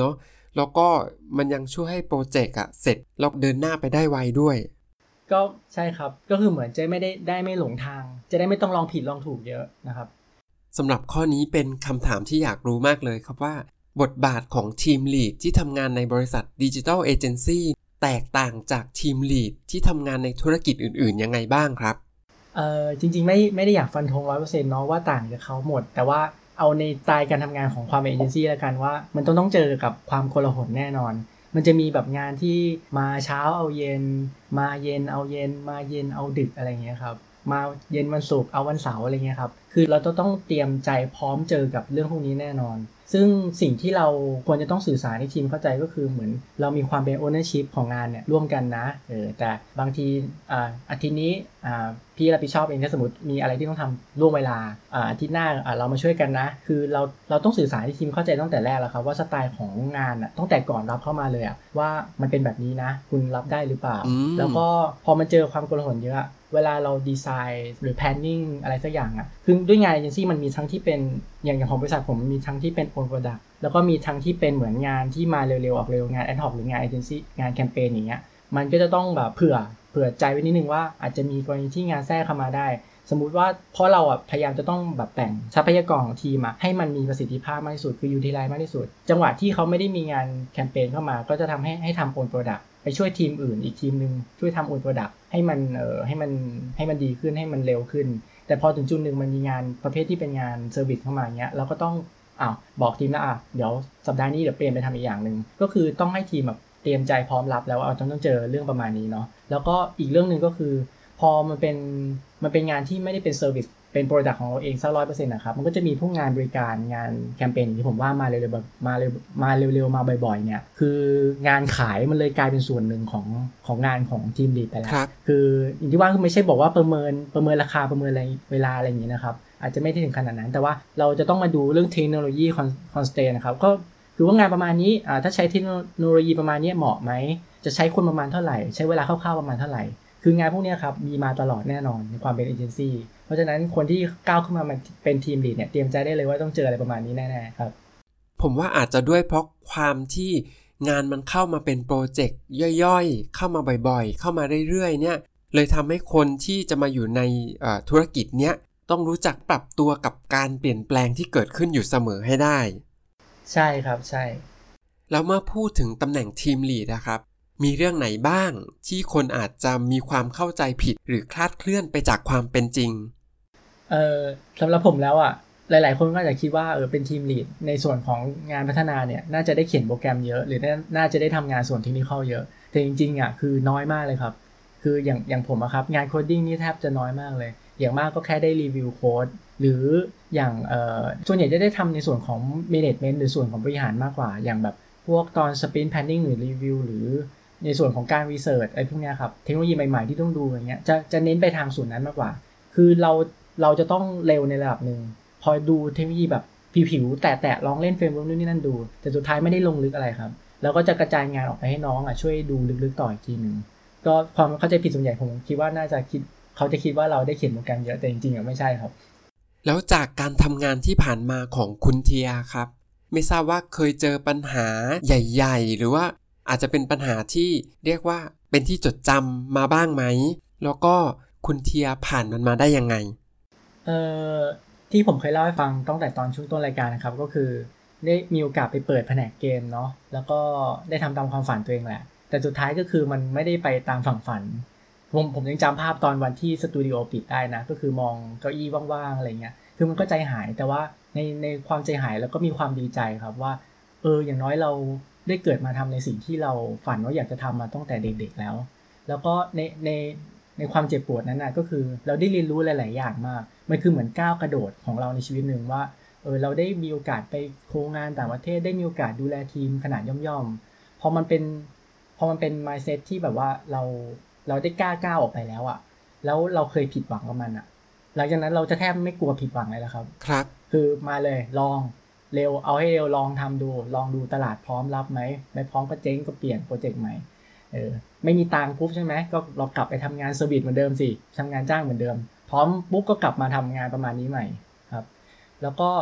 แล้วก็มันยังช่วยให้โปรเจกต์อะเสร็จแล้วเดินหน้าไปได้ไวด้วยก็ใช่ครับก็คือเหมือนจะไม่ได้ได้ไม่หลงทางจะได้ไม่ต้องลองผิดลองถูกเยอะนะครับสำหรับข้อนี้เป็นคำถามที่อยากรู้มากเลยครับว่าบทบาทของทีมลีดที่ทำงานในบริษัทดิจิทัลเอเจนซี่แตกต่างจากทีมลีดที่ทำงานในธุรกิจอื่นๆยังไงบ้างครับเอ่อจริงๆไม่ไม่ได้อยากฟันธง ร้อยเปอร์เซ็นต์ เนาะว่าต่างจากเขาหมดแต่ว่าเอาในสไตล์การทำงานของความเป็นเอเจนซี่แล้วกันว่ามันต้องต้องเจอกับความโกลาหลแน่นอนมันจะมีแบบงานที่มาเช้าเอาเย็นมาเย็นเอาเย็นมาเย็นเอาดึกอะไรเงี้ยครับมาเย็นวันศุกร์เอาวันเสาร์อะไรเงี้ยครับคือเราต้องเตรียมใจพร้อมเจอกับเรื่องพวกนี้แน่นอนซึ่งสิ่งที่เราควรจะต้องสื่อสารให้ทีมเข้าใจก็คือเหมือนเรามีความเป็น ownership ของงานเนี่ยร่วมกันนะเออแต่บางทีอ่าอาทิตย์นี้อ่าพี่รับผิดชอบเองถ้าสมมติมีอะไรที่ต้องทำล่วงเวลาอ่าอาทิตย์หน้าอ่าเรามาช่วยกันนะคือเราเราต้องสื่อสารให้ทีมเข้าใจตั้งแต่แรกแล้วครับว่าสไตล์ของงานอ่ะตั้งแต่ก่อนรับเข้ามาเลยอ่ะว่ามันเป็นแบบนี้นะคุณรับได้หรือเปล่าแล้วก็พอมันเจอความโกลาหลเยอะเวลาเราดีไซน์หรือ planning อะไรสักอย่างอ่ะคือด้วยงานเอเจนซี่มันมีทั้งที่เป็นอย่างอย่างของบริษัทผมมีทั้งที่เป็น own product แล้วก็มีทั้งที่เป็นเหมือนงานที่มาเร็วๆออกเร็วงาน ad hoc หรืองานเอเจนซี่งานแคมเปญอย่างเงี้ยมันก็จะต้องแบบเผื่อเผื่อใจไว้นิดนึงว่าอาจจะมีกรณีที่งานแทรกเข้ามาได้สมมุติว่าเพราะเราอ่ะพยายามจะต้องแบบแต่งทรัพยากรของทีมอ่ะให้มันมีประสิทธิภาพมากที่สุดคือ utilize มากที่สุดจังหวะที่เขาไม่ได้มีงานแคมเปญเข้ามาก็จะทำให้ให้ทำ own product ไปช่วยทีมอื่นอีกทีมนึงช่วยทำ own product ให้มันเอ่อให้มันให้มันดีขึ้นให้มันเร็วขึ้นแต่พอถึงจุดนึงมันมีงานประเภทที่เป็นงานเซอร์วิสเข้ามาเงี้ยเราก็ต้องอ้าวบอกทีมแล้วอ่ะเดี๋ยวสัปดาห์นี้เดี๋ยวเปลี่ยนไปทำอีกอย่างนึงก็คือต้องให้ทีมแบบเตรียมใจพร้อมรับแล้วว่าเอาต้องเจอเรื่องประมาณนี้เนาะแล้วก็อีกเรื่องนึงก็คือพอมันเป็นมันเป็นงานที่ไม่ได้เป็นเซอร์วิสเป็นโปรดักต์ของเราเองสัก ร้อยเปอร์เซ็นต์ นะครับมันก็จะมีพวกงานบริการงานแคมเปญที่ผมว่ามาเร็วๆมาเร็วมาเร็วๆมาบ่อยๆเนี่ยคืองานขายมันเลยกลายเป็นส่วนหนึ่งของของงานของทีมลีดไปแล้วคืออย่างที่ว่าคือไม่ใช่บอกว่าประเมินประเมินราคาประเมินอะไรเวลาอะไรอย่างนี้นะครับอาจจะไม่ได้ถึงขนาดนั้นแต่ว่าเราจะต้องมาดูเรื่องเทคโนโลยีคอนสแตนต์นะครับก็คือว่างานประมาณนี้ถ้าใช้เทคโนโลยีประมาณนี้เหมาะไหมจะใช้คนประมาณเท่าไหร่ใช้เวลาคร่าวๆประมาณเท่าไหร่คืองานพวกนี้ครับมีมาตลอดแน่นอนในความเป็นเอเจนซี่เพราะฉะนั้นคนที่ก้าวขึ้นมาเป็นทีมลีดเนี่ยเตรียมใจได้เลยว่าต้องเจออะไรประมาณนี้แน่ๆครับผมว่าอาจจะด้วยเพราะความที่งานมันเข้ามาเป็นโปรเจกต์ย่อยๆเข้ามาบ่อยๆเข้ามาเรื่อยๆเนี่ยเลยทำให้คนที่จะมาอยู่ในธุรกิจเนี้ยต้องรู้จักปรับตัวกับการเปลี่ยนแปลงที่เกิดขึ้นอยู่เสมอให้ได้ใช่ครับใช่แล้วเมื่อพูดถึงตำแหน่งทีมลีดนะครับมีเรื่องไหนบ้างที่คนอาจจะมีความเข้าใจผิดหรือคลาดเคลื่อนไปจากความเป็นจริงเอ่อสำหรับผมแล้วอ่ะหลายๆคนก็อาจจะคิดว่าเออเป็นทีมลีดในส่วนของงานพัฒนาเนี่ยน่าจะได้เขียนโปรแกรมเยอะหรือน่าจะได้ทำงานส่วนเทคนิคเยอะแต่จริงๆอ่ะคือน้อยมากเลยครับคืออย่างอย่างผมอะครับงานโคดดิ้งนี่แทบจะน้อยมากเลยอย่างมากก็แค่ได้รีวิวโค้ดหรืออย่างเอ่อส่วนใหญ่จะได้ทำในส่วนของ management หรือส่วนของบริหารมากกว่าอย่างแบบพวกตอน sprint planning หรือรีวิวหรือในส่วนของการรีเสิร์ชอะไรพวกนี้ครับเทคโนโลยีใหม่ๆที่ต้องดูอย่างเงี้ยจะจะเน้นไปทางส่วนนั้นมากกว่าคือเราเราจะต้องเร็วในระดับนึงพอดูเทคโนโลยีแบบผิวๆแตะๆลองเล่นเฟรมเวิร์คนู่นนี่นั่นดูแต่สุดท้ายไม่ได้ลงลึกอะไรครับแล้วก็จะกระจายงานออกไปให้น้องอ่ะช่วยดูลึกๆต่ออีกทีนึงก็ความเข้าใจผิดส่วนใหญ่ผมคิดว่าน่าจะคิดเขาจะคิดว่าเราได้เขียนโปรแกรมเยอะแต่จริงๆอ่ะไม่ใช่ครับแล้วจากการทำงานที่ผ่านมาของคุณเทียครับไม่ทราบว่าเคยเจอปัญหาใหญ่ๆหรือว่าอาจจะเป็นปัญหาที่เรียกว่าเป็นที่จดจำมาบ้างไหมแล้วก็คุณเทียผ่านมันมาได้ยังไงเอ่อที่ผมเคยเล่าให้ฟังตั้งแต่ตอนช่วงต้นรายการนะครับก็คือได้มีโอกาสไปเปิดแผนกเกมเนาะแล้วก็ได้ทำตามความฝันตัวเองแหละแต่สุดท้ายก็คือมันไม่ได้ไปตามฝั่งฝันผมผมยังจำภาพตอนวันที่สตูดิโอปิดได้นะก็คือมองเก้าอี้ว่างๆอะไรเงี้ยคือมันก็ใจหายแต่ว่าในในความใจหายแล้วก็มีความดีใจครับว่าเอออย่างน้อยเราได้เกิดมาทำในสิ่งที่เราฝันว่าอยากจะทำมาตั้งแต่เด็กๆแล้วแล้วก็ในในในความเจ็บปวดนั้นนะก็คือเราได้เรียนรู้หลายๆอย่างมากมันคือเหมือนก้าวกระโดดของเราในชีวิตหนึ่งว่าเออเราได้มีโอกาสไปโครงงานต่างประเทศได้มีโอกาสดูแลทีมขนาดย่อมๆพอมันเป็นพอมันเป็น mindset ที่แบบว่าเราเราได้กล้าก้าวออกไปแล้วอะแล้วเราเคยผิดหวังกับมันอะหลังจากนั้นเราจะแทบไม่กลัวผิดหวังเลยแล้วครับครับคือมาเลยลองเร็วเอาให้เร็วลองทำดูลองดูตลาดพร้อมรับไหมไม่พร้อมก็เจ๊งก็เปลี่ยนโปรเจกต์ใหม่เออไม่มีตังค์ปุ๊บใช่ไหมก็เรากลับไปทำงานเซอร์วิสเหมือนเดิมสิทำงานจ้างเหมือนเดิมพร้อมปุ๊บก็กลับมาทำงานประมาณนี้ใหม่ครับแล้วก็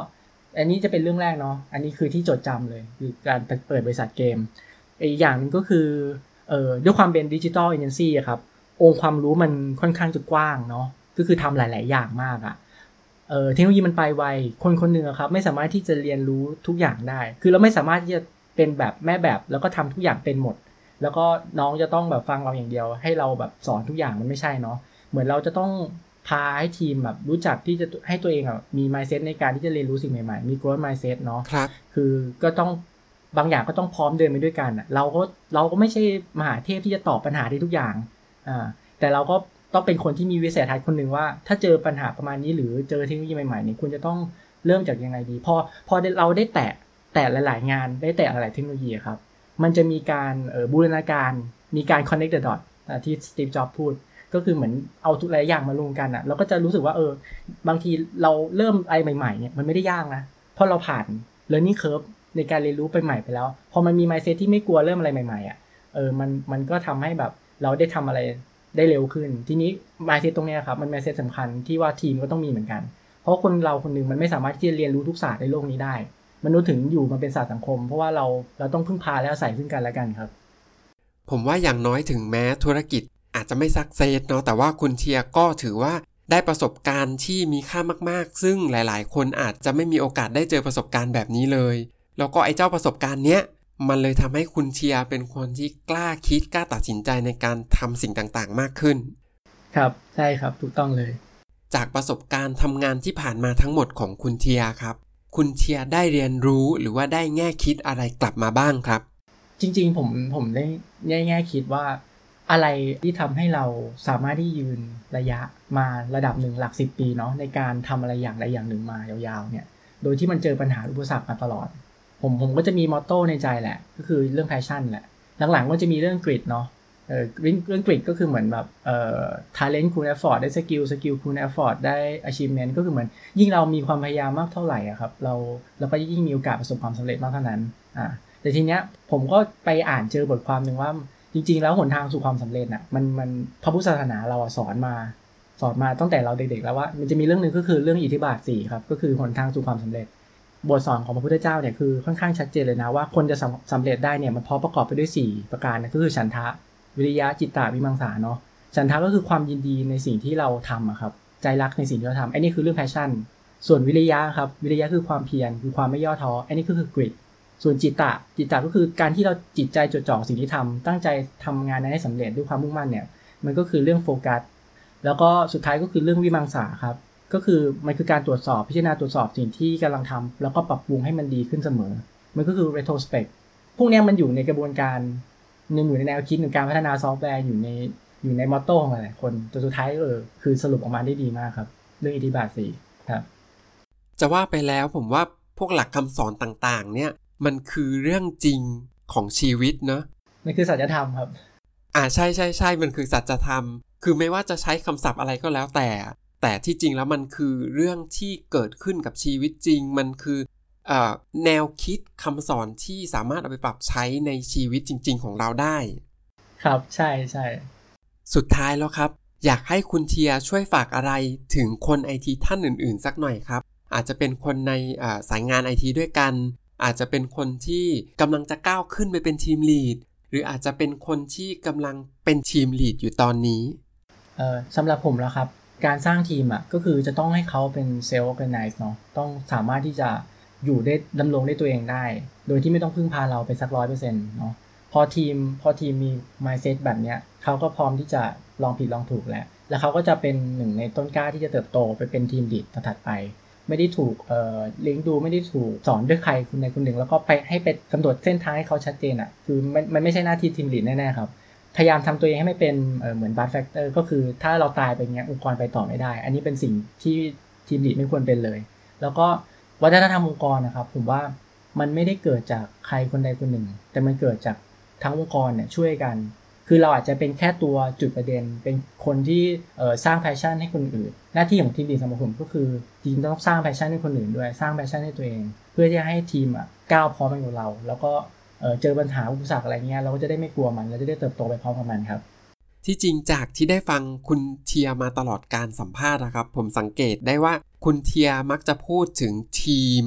อันนี้จะเป็นเรื่องแรกเนาะอันนี้คือที่จดจำเลยคือการเปิดบริษัทเกมอีกอย่างนึงก็คือเอ่อด้วยความเป็นดิจิทัลเอเจนซี่อะครับองค์ความรู้มันค่อนข้างจะกว้างเนาะก็คือทำหลายๆอย่างมากอะเอ่อเทคโนโลยีมันไปไวคนคนหนึ่งอะครับไม่สามารถที่จะเรียนรู้ทุกอย่างได้คือเราไม่สามารถที่จะเป็นแบบแม่แบบแล้วก็ทำทุกอย่างเป็นหมดแล้วก็น้องจะต้องแบบฟังเราอย่างเดียวให้เราแบบสอนทุกอย่างมันไม่ใช่เนาะเหมือนเราจะต้องพาให้ทีมแบบรู้จักที่จะให้ตัวเองอ่ะมี mindset ในการที่จะเรียนรู้สิ่งใหม่ๆมี growth mindset เนาะครับคือก็ต้องบางอย่างก็ต้องพร้อมเดินไปด้วยกันอ่ะเราก็เราก็ไม่ใช่มหาเทพที่จะตอบปัญหาได้ทุกอย่างอ่าแต่เราก็ต้องเป็นคนที่มีวิสัยทัศน์คนหนึ่งว่าถ้าเจอปัญหาประมาณนี้หรือเจอเทคโนโลยีใหม่ๆเนี่ยคุณจะต้องเริ่มจากยังไงดีพอพอเราได้แตะแตะหลายๆงานได้แตะหลายๆเทคโนโลยีครับมันจะมีการเอ่อบูรณาการมีการ connect the dot ที่ Steve Jobs พูดก็คือเหมือนเอาทุกหลายอย่างมารวมกันอ่ะเราก็จะรู้สึกว่าเออบางทีเราเริ่มอะไรใหม่ๆเนี่ยมันไม่ได้ยากนะเพราะเราผ่าน learning curve ในการเรียนรู้ไปใหม่ไปแล้วพอมันมี mindset ที่ไม่กลัวเริ่มอะไรใหม่ๆอ่ะเออมันมันก็ทำให้แบบเราได้ทำอะไรได้เร็วขึ้นทีนี้ mindset ตรงนี้ครับมัน mindset สำคัญที่ว่าทีมก็ต้องมีเหมือนกันเพราะคนเราคนนึงมันไม่สามารถที่จะเรียนรู้ทุกศาสตร์ในโลกนี้ได้มนุษย์ถึงอยู่มาเป็นศาสตร์สังคมเพราะว่าเราเราต้องพึ่งพาและอาศัยซึ่งกันและกันครับผมว่าอย่างน้อยถึงแม้ธุรกิจอาจจะไม่ซักเซสเนาะแต่ว่าคุณเทียก็ถือว่าได้ประสบการณ์ที่มีค่ามากๆซึ่งหลายๆคนอาจจะไม่มีโอกาสได้เจอประสบการณ์แบบนี้เลยแล้วก็ไอ้เจ้าประสบการณ์เนี้ยมันเลยทำให้คุณเทียเป็นคนที่กล้าคิดกล้าตัดสินใจในการทำสิ่งต่างๆมากขึ้นครับใช่ครับถูกต้องเลยจากประสบการณ์ทำงานที่ผ่านมาทั้งหมดของคุณเทียครับคุณเทียได้เรียนรู้หรือว่าได้แง่คิดอะไรกลับมาบ้างครับจริงๆผมผมได้แง่แง่คิดว่าอะไรที่ทำให้เราสามารถที่ยืนระยะมาระดับหนึ่งหลักสิบปีเนาะในการทำอะไรอย่างใดอย่างหนึ่งมายาวๆเนี่ยโดยที่มันเจอปัญหาอุปสรรคมาตลอดผมผมก็จะมีมอตโต้ในใจแหละก็คือเรื่อง passion แหละหลังๆก็จะมีเรื่อง grit เนาะเอ่อเรื่อง grit ก็คือเหมือนแบบเอ่อ talent คูณ effort ได้ skill skill คูณ effort ได้ achievement ก็คือเหมือนยิ่งเรามีความพยายามมากเท่าไหร่อ่ะครับเราเราก็ยิ่งมีโอกาสประสบความสำเร็จมากเท่านั้นอ่าแต่ทีเนี้ยผมก็ไปอ่านเจอบทความนึงว่าจริงๆแล้วหนทางสู่ความสำเร็จน่ะมันมันพระพุทธศาสนาเราสอนมาสอนมาตั้งแต่เราเด็กๆแล้วว่ามันจะมีเรื่องนึงก็คือเรื่องอิทธิบาทสี่ครับก็คือหนทางสู่ความสำเร็จบทสอนของพระพุทธเจ้าเนี่ยคือค่อนข้างชัดเจนเลยนะว่าคนจะสำเร็จได้เนี่ยมันพร้อมประกอบไปด้วยสี่ประการนะก็คือฉันทะวิริยะจิตตะวิมังสาเนาะฉันทะก็คือความยินดีในสิ่งที่เราทำอะครับใจรักในสิ่งที่เราทำไอ้นี่คือเรื่อง passion ส่วนวิริยะครับวิริยะคือความเพียรคือความไม่ย่อท้อไอ้นี่ก็คือ gritส่วนจิตตะจิตตะก็คือการที่เราจิตใจจดจ่อสิ่งที่ทำตั้งใจทำงานนั้นให้สำเร็จด้วยความมุ่งมั่นเนี่ยมันก็คือเรื่องโฟกัสแล้วก็สุดท้ายก็คือเรื่องวิมังสาครับก็คือมันคือการตรวจสอบพิจารณาตรวจสอบสิ่งที่กำลังทำแล้วก็ปรับปรุงให้มันดีขึ้นเสมอมันก็คือ retrospect พวกนี้มันอยู่ในกระบวนการนึงอยู่ในแนวคิดในการพัฒนาซอฟต์แวร์อยู่ในอยู่ในมอตโต้ของหลายๆคนแต่สุดท้ายเออคือสรุปออกมาได้ดีมากครับเรื่องอิทธิบาทสี่ครับจะว่าไปแล้วผมว่าพวกหลักคำสอนต่างๆเนี่ยมันคือเรื่องจริงของชีวิตเนอะมันคือสัจธรรมครับอ่าใช่ใช่ใช่มันคือสัจธรรมคือไม่ว่าจะใช้คำศัพท์อะไรก็แล้วแต่แต่ที่จริงแล้วมันคือเรื่องที่เกิดขึ้นกับชีวิตจริงมันคือเอ่อแนวคิดคำสอนที่สามารถเอาไปปรับใช้ในชีวิตจริงๆของเราได้ครับใช่ใช่สุดท้ายแล้วครับอยากให้คุณเทียช่วยฝากอะไรถึงคนไอทีท่านอื่นๆสักหน่อยครับอาจจะเป็นคนในอ่าสายงาน ไอ ที ด้วยกันอาจจะเป็นคนที่กำลังจะก้าวขึ้นไปเป็นทีมลีดหรืออาจจะเป็นคนที่กำลังเป็นทีมลีดอยู่ตอนนี้เอ่อสำหรับผมแล้วครับการสร้างทีมอ่ะก็คือจะต้องให้เขาเป็นเซลฟ์ออร์แกไนซ์เนาะต้องสามารถที่จะอยู่ได้ดำรงได้ตัวเองได้โดยที่ไม่ต้องพึ่งพาเราไปสัก ร้อยเปอร์เซ็นต์ เนาะพอทีมพอทีมมี mindset แบบเนี้ยเขาก็พร้อมที่จะลองผิดลองถูกแล้วแล้วเขาก็จะเป็นหนึ่งในต้นกล้าที่จะเติบโตไปเป็นทีมลีดถัดไปไม่ได้ถูกเอ่อเลี้ยงดูไม่ได้ถูกสอนด้วยใครคนใดคนหนึ่งแล้วก็ไปให้ไปกำหนดเส้นทางให้เขาชัดเจนอ่ะคือมันมันไม่ใช่หน้าที่ทีมลีดแน่ๆครับพยายามทำตัวเองให้ไม่เป็นเอ่อเหมือนบัสแฟกเตอร์ก็คือถ้าเราตายไปเงี้ยองค์กรไปต่อไม่ได้อันนี้เป็นสิ่งที่ทีมลีดไม่ควรเป็นเลยแล้วก็วัฒนธรรมองค์กรนะครับผมว่ามันไม่ได้เกิดจากใครคนใดคนหนึ่งแต่มันเกิดจากทั้งองค์กรเนี่ยช่วยกันคือเราอาจจะเป็นแค่ตัวจุดประเด็นเป็นคนที่เอ่อสร้างแพชชั่นให้คนอื่นหน้าที่ของทีมลีดสำหรับผมก็คือจริงๆต้องสร้างแพชชั่นให้คนอื่นด้วยสร้างแพชชั่นให้ตัวเองเพื่อที่จะให้ทีมอ่ะก้าวพร้อมไปกับเราแล้วก็เอ่อเจอปัญหาอุปสรรคอะไรเงี้ยเราก็จะได้ไม่กลัวมันเราจะได้เติบโตไปพร้อมกับมันครับที่จริงจากที่ได้ฟังคุณเทียมาตลอดการสัมภาษณ์นะครับผมสังเกตได้ว่าคุณเทียมักจะพูดถึงทีม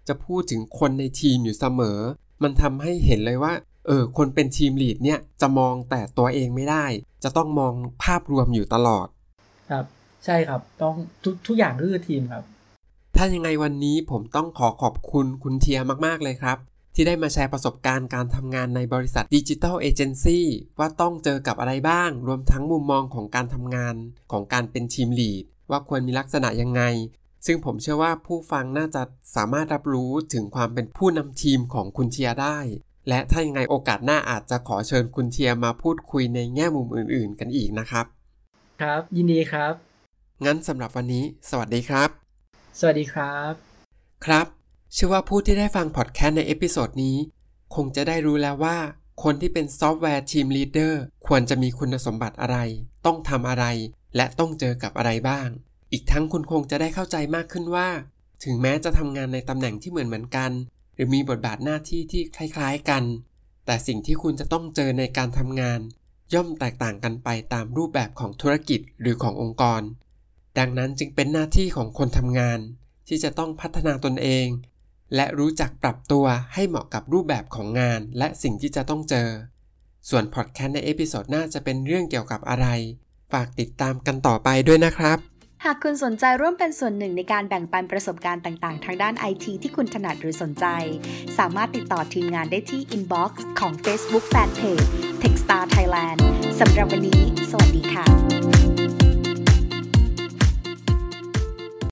จะพูดถึงคนในทีมอยู่เสมอมันทำให้เห็นเลยว่าเออคนเป็นทีมลีดเนี่ยจะมองแต่ตัวเองไม่ได้จะต้องมองภาพรวมอยู่ตลอดครับใช่ครับต้องทุกทุกอย่างก็คือทีมครับถ้ายังไงวันนี้ผมต้องขอขอบคุณคุณเทียมากๆเลยครับที่ได้มาแชร์ประสบการณ์การทำงานในบริษัทดิจิทัลเอเจนซี่ว่าต้องเจอกับอะไรบ้างรวมทั้งมุมมองของการทำงานของการเป็นทีมลีดว่าควรมีลักษณะยังไงซึ่งผมเชื่อว่าผู้ฟังน่าจะสามารถรับรู้ถึงความเป็นผู้นำทีมของคุณเทียได้และถ้ายังไงโอกาสหน้าอาจจะขอเชิญคุณเทียมาพูดคุยในแง่มุมอื่นๆกันอีกนะครับครับยินดีครับงั้นสำหรับวันนี้สวัสดีครับสวัสดีครับครับเชื่อว่าผู้ที่ได้ฟังพอดแคสต์ในเอพิโซดนี้คงจะได้รู้แล้วว่าคนที่เป็นซอฟต์แวร์ทีมลีดเดอร์ควรจะมีคุณสมบัติอะไรต้องทำอะไรและต้องเจอกับอะไรบ้างอีกทั้งคุณคงจะได้เข้าใจมากขึ้นว่าถึงแม้จะทำงานในตำแหน่งที่เหมือนเหมือนกันหรือมีบทบาทหน้าที่ที่คล้ายๆกันแต่สิ่งที่คุณจะต้องเจอในการทำงานย่อมแตกต่างกันไปตามรูปแบบของธุรกิจหรือขององค์กรดังนั้นจึงเป็นหน้าที่ของคนทำงานที่จะต้องพัฒนาตนเองและรู้จักปรับตัวให้เหมาะกับรูปแบบของงานและสิ่งที่จะต้องเจอส่วนพอดแคสต์ในเอพิโซดหน้าจะเป็นเรื่องเกี่ยวกับอะไรฝากติดตามกันต่อไปด้วยนะครับหากคุณสนใจร่วมเป็นส่วนหนึ่งในการแบ่งปันประสบการณ์ต่างๆทางด้าน ไอ ที ที่คุณถนัดหรือสนใจสามารถติดต่อทีมงานได้ที่ inbox ของ Facebook Fanpage Techstar Thailand สำหรับวันนี้สวัสดีค่ะ